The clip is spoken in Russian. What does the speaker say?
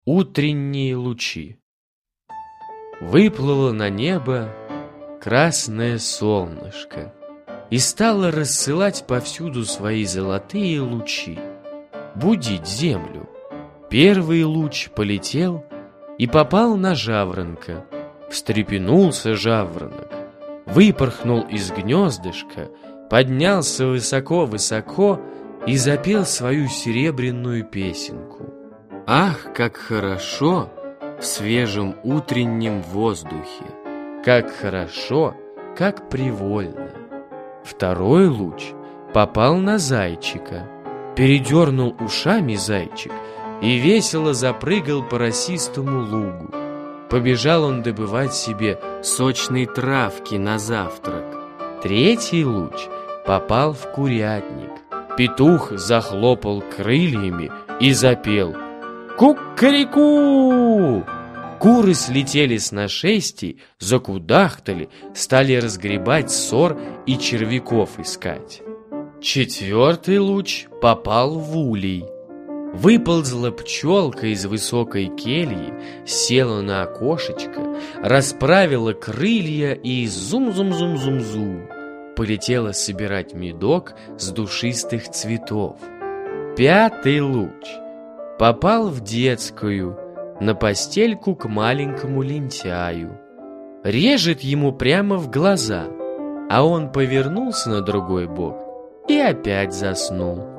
Утренние лучи. Выплыло на небо красное солнышко и стало рассылать повсюду свои золотые лучи, будить землю. Первый луч полетел и попал на жаворонка. Встрепенулся жаворонок, выпорхнул из гнездышка, поднялся высоко-высоко и запел свою серебряную песенку. Ах, как хорошо в свежем утреннем воздухе! Как хорошо, как привольно! Второй луч попал на зайчика. Передернул ушами зайчик и весело запрыгал по росистому лугу. Побежал он добывать себе сочной травки на завтрак. Третий луч попал в курятник. Петух захлопал крыльями и запел: «Кукареку!» Куры слетели с нашестей, закудахтали, стали разгребать ссор и червяков искать. Четвертый луч попал в улей. Выползла пчелка из высокой кельи, села на окошечко, расправила крылья и зум-зум-зум-зум-зум полетела собирать медок с душистых цветов. Пятый луч попал в детскую, на постельку к маленькому лентяю. Режет ему прямо в глаза, а он повернулся на другой бок и опять заснул.